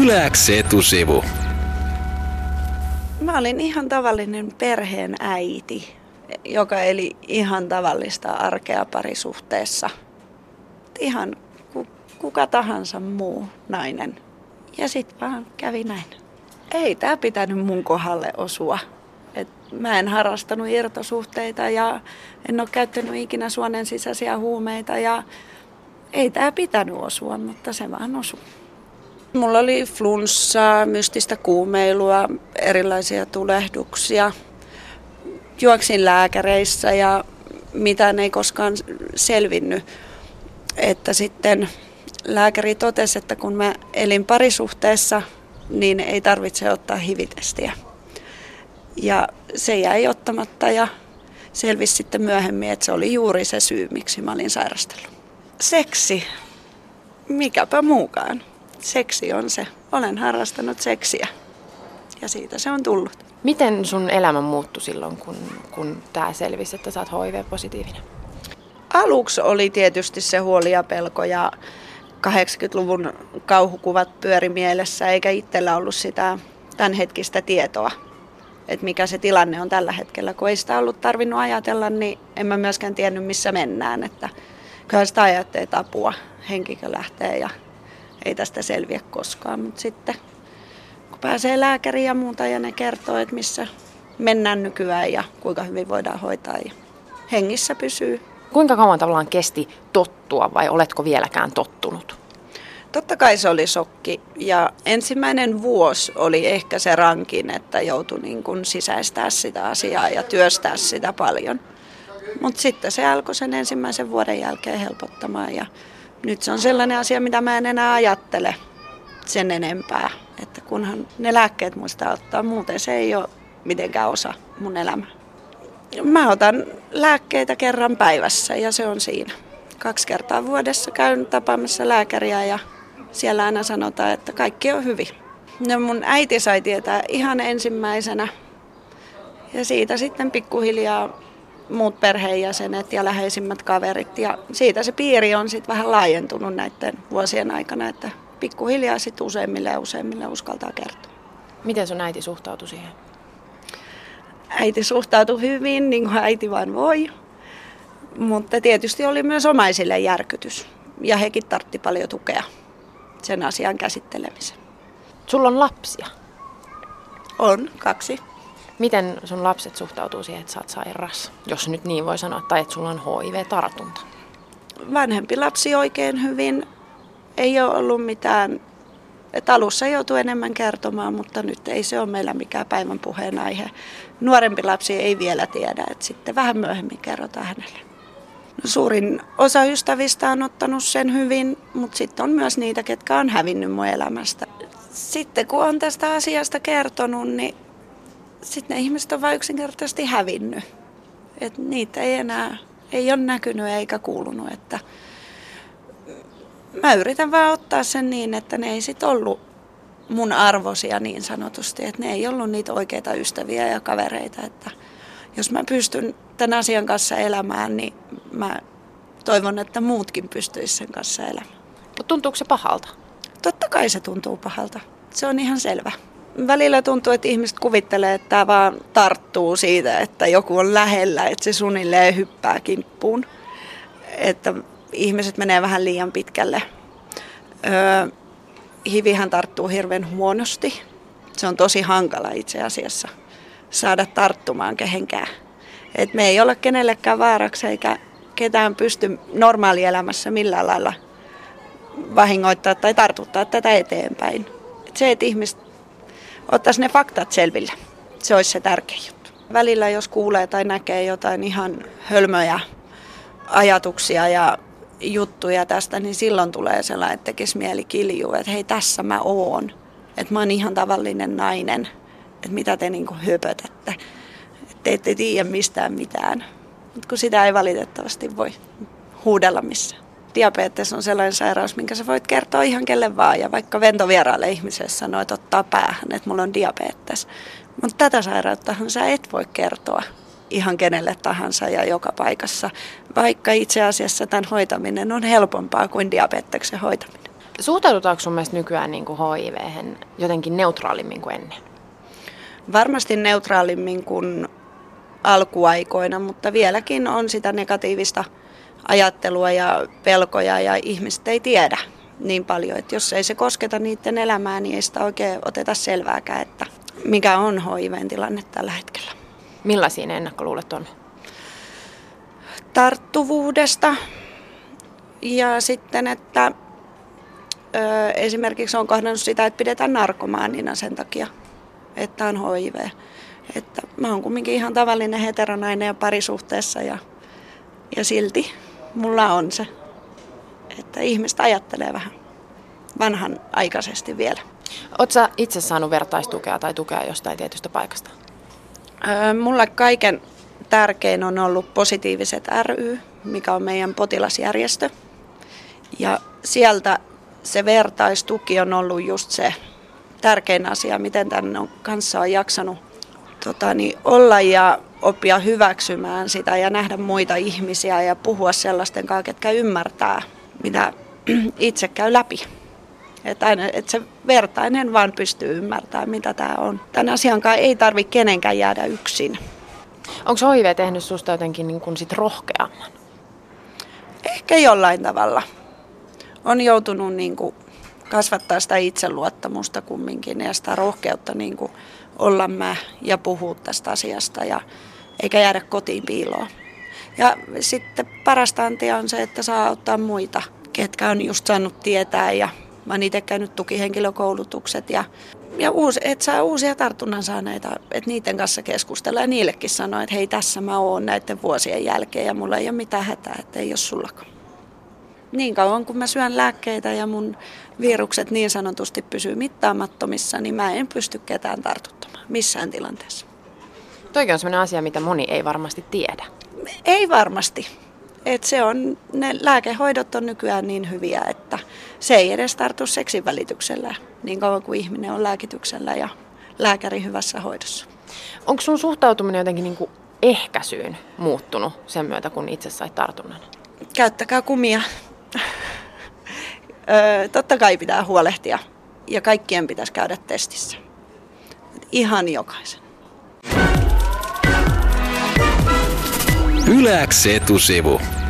Yläks etusivu. Mä olin ihan tavallinen perheen äiti, joka eli ihan tavallista arkea parisuhteessa. Ihan kuka tahansa muu nainen. Ja sit vaan kävi näin. Ei tää pitänyt mun kohdalle osua. Mä en harrastanut irtosuhteita ja en ole käyttänyt ikinä suonen sisäisiä huumeita ja ei tää pitänyt osua, mutta se vaan osui. Mulla oli flunssaa, mystistä kuumeilua, erilaisia tulehduksia. Juoksin lääkäreissä ja mitään ei koskaan selvinnyt. Että sitten lääkäri totesi, että kun mä elin parisuhteessa, niin ei tarvitse ottaa HIV-testiä. Ja se jäi ottamatta ja selvisi sitten myöhemmin, että se oli juuri se syy, miksi mä olin sairastellut. Seksi. Mikäpä muukaan. Seksi on se. Olen harrastanut seksiä ja siitä se on tullut. Miten sun elämä muuttui silloin, kun tää selvisi, että sä oot HIV-positiivinen? Aluksi oli tietysti se huoli ja pelko ja 80-luvun kauhukuvat pyöri mielessä, eikä itsellä ollut sitä tämänhetkistä tietoa, että mikä se tilanne on tällä hetkellä. Kun ei sitä ollut tarvinnut ajatella, niin en mä myöskään tiennyt, missä mennään. Että kyllä sitä ajattelee, että apua, henkikö lähtee ja ei tästä selviä koskaan. Mutta sitten kun pääsee lääkäriin ja muuta ja ne kertoo, että missä mennään nykyään ja kuinka hyvin voidaan hoitaa ja hengissä pysyy. Kuinka kauan tavallaan kesti tottua vai oletko vieläkään tottunut? Totta kai se oli shokki ja ensimmäinen vuosi oli ehkä se rankin, että joutui niin kuin sisäistää sitä asiaa ja työstää sitä paljon. Mutta sitten se alkoi sen ensimmäisen vuoden jälkeen helpottamaan ja nyt se on sellainen asia, mitä mä en enää ajattele sen enempää. Että kunhan ne lääkkeet muistaa ottaa, muuten se ei ole mitenkään osa mun elämää. Mä otan lääkkeitä kerran päivässä ja se on siinä. 2 kertaa vuodessa käyn tapaamassa lääkäriä ja siellä aina sanotaan, että kaikki on hyvin. No mun äiti sai tietää ihan ensimmäisenä ja siitä sitten pikkuhiljaa muut perheenjäsenet ja läheisimmät kaverit. Ja siitä se piiri on sitten vähän laajentunut näiden vuosien aikana, että pikkuhiljaa sitten useimmille uskaltaa kertoa. Miten sun äiti suhtautui siihen? Äiti suhtautui hyvin, niin kuin äiti vaan voi. Mutta tietysti oli myös omaisille järkytys. Ja hekin tartti paljon tukea sen asian käsittelemiseen. Sulla on lapsia? On, 2. Miten sun lapset suhtautuu siihen, että sä oot sairas? Jos nyt niin voi sanoa, tai että sulla on HIV-tartunta. Vanhempi lapsi oikein hyvin. Ei ole ollut mitään. Että alussa joutui enemmän kertomaan, mutta nyt ei se ole meillä mikään päivän puheenaihe. Nuorempi lapsi ei vielä tiedä, että sitten vähän myöhemmin kerrotaan hänelle. No, suurin osa ystävistä on ottanut sen hyvin, mutta sitten on myös niitä, ketkä on hävinnyt mun elämästä. Sitten kun on tästä asiasta kertonut, niin sitten ne ihmiset on vain yksinkertaisesti hävinnyt. Että niitä ei ole näkynyt eikä kuulunut. Että mä yritän vaan ottaa sen niin, että ne ei sit ollut mun arvosia niin sanotusti. Että ne ei ollut niitä oikeita ystäviä ja kavereita. Että jos mä pystyn tämän asian kanssa elämään, niin mä toivon, että muutkin pystyisivät sen kanssa elämään. Tuntuuko se pahalta? Totta kai se tuntuu pahalta. Se on ihan selvä. Välillä tuntuu, että ihmiset kuvittelee, että tämä vaan tarttuu siitä, että joku on lähellä, että se suunnilleen hyppää kimppuun. Että ihmiset menee vähän liian pitkälle. HIVihän tarttuu hirveän huonosti. Se on tosi hankala itse asiassa saada tarttumaan kehenkään. Et me ei ole kenellekään vaaraksi eikä ketään pysty normaalielämässä millään lailla vahingoittaa tai tartuttaa tätä eteenpäin. Et se, että ihmiset ottaisi ne faktat selville, se olisi se tärkein juttu. Välillä jos kuulee tai näkee jotain ihan hölmöjä ajatuksia ja juttuja tästä, niin silloin tulee sellainen, että tekisi mieli kiljua, että hei, tässä mä oon. Että mä oon ihan tavallinen nainen, että mitä te niinku höpötätte. Että te ette tiedä mistään mitään. Mutta kun sitä ei valitettavasti voi huudella missään. Diabetes on sellainen sairaus, minkä sä voit kertoa ihan kelle vaan. Ja vaikka ventovieraalle ihmiselle sanoo, että ottaa päähän, että mulla on diabetes. Mutta tätä sairauttahan sä et voi kertoa ihan kenelle tahansa ja joka paikassa. Vaikka itse asiassa tämän hoitaminen on helpompaa kuin diabeteksen hoitaminen. Suhtaudutaanko sun mielestä nykyään niin kuin HIV:hen jotenkin neutraalimmin kuin ennen? Varmasti neutraalimmin kuin alkuaikoina, mutta vieläkin on sitä negatiivista ajattelua ja pelkoja ja ihmiset ei tiedä niin paljon, että jos ei se kosketa niiden elämää, niin ei sitä oikein oteta selvääkään, että mikä on HIV:n tilanne tällä hetkellä. Millaisia ne ennakkoluulet on? Tarttuvuudesta ja sitten, että esimerkiksi on kohdannut sitä, että pidetään narkomaanina sen takia, että on HIV. Että mä oon kumminkin ihan tavallinen heteronainen ja parisuhteessa ja silti mulla on se, että ihmiset ajattelee vähän vanhanaikaisesti vielä. Ootko sä itse saanut vertaistukea tai tukea jostain tietystä paikasta? Mulla kaiken tärkein on ollut Positiiviset ry, mikä on meidän potilasjärjestö. Ja sieltä se vertaistuki on ollut just se tärkein asia, miten tämän kanssa on jaksanut olla ja oppia hyväksymään sitä ja nähdä muita ihmisiä ja puhua sellaisten kanssa, ketkä ymmärtää, mitä itse käy läpi. Että se vertainen vaan pystyy ymmärtämään, mitä tämä on. Tämän asiankaan ei tarvitse kenenkään jäädä yksin. Onko HIV tehnyt susta jotenkin niin kuin sit rohkeamman? Ehkä jollain tavalla. On joutunut niin kuin kasvattaa sitä itseluottamusta kumminkin ja sitä rohkeutta niin kuin olla mä ja puhua tästä asiasta eikä jäädä kotiin piiloon. Ja sitten parasta antia on se, että saa auttaa muita, ketkä on just saanut tietää ja mä oon itse käynyt tukihenkilökoulutukset ja että saa uusia tartunnan saaneita, että niiden kanssa keskustella ja niillekin sanoa, että hei, tässä mä oon näiden vuosien jälkeen ja mulla ei ole mitään hätää, että ei ole sullakaan. Niin kauan kun mä syön lääkkeitä ja mun virukset niin sanotusti pysyy mittaamattomissa, niin mä en pysty ketään tartuttamaan missään tilanteessa. Toikin on sellainen asia, mitä moni ei varmasti tiedä. Ei varmasti. Ne lääkehoidot on nykyään niin hyviä, että se ei edes tartu seksin välityksellä niin kauan kuin ihminen on lääkityksellä ja lääkäri hyvässä hoidossa. Onko sun suhtautuminen jotenkin niin kuin ehkäisyyn muuttunut sen myötä, kun itse sait tartunnan? Käyttäkää kumia. Totta kai pitää huolehtia ja kaikkien pitäisi käydä testissä. Ihan jokaisen. Yle X etusivu.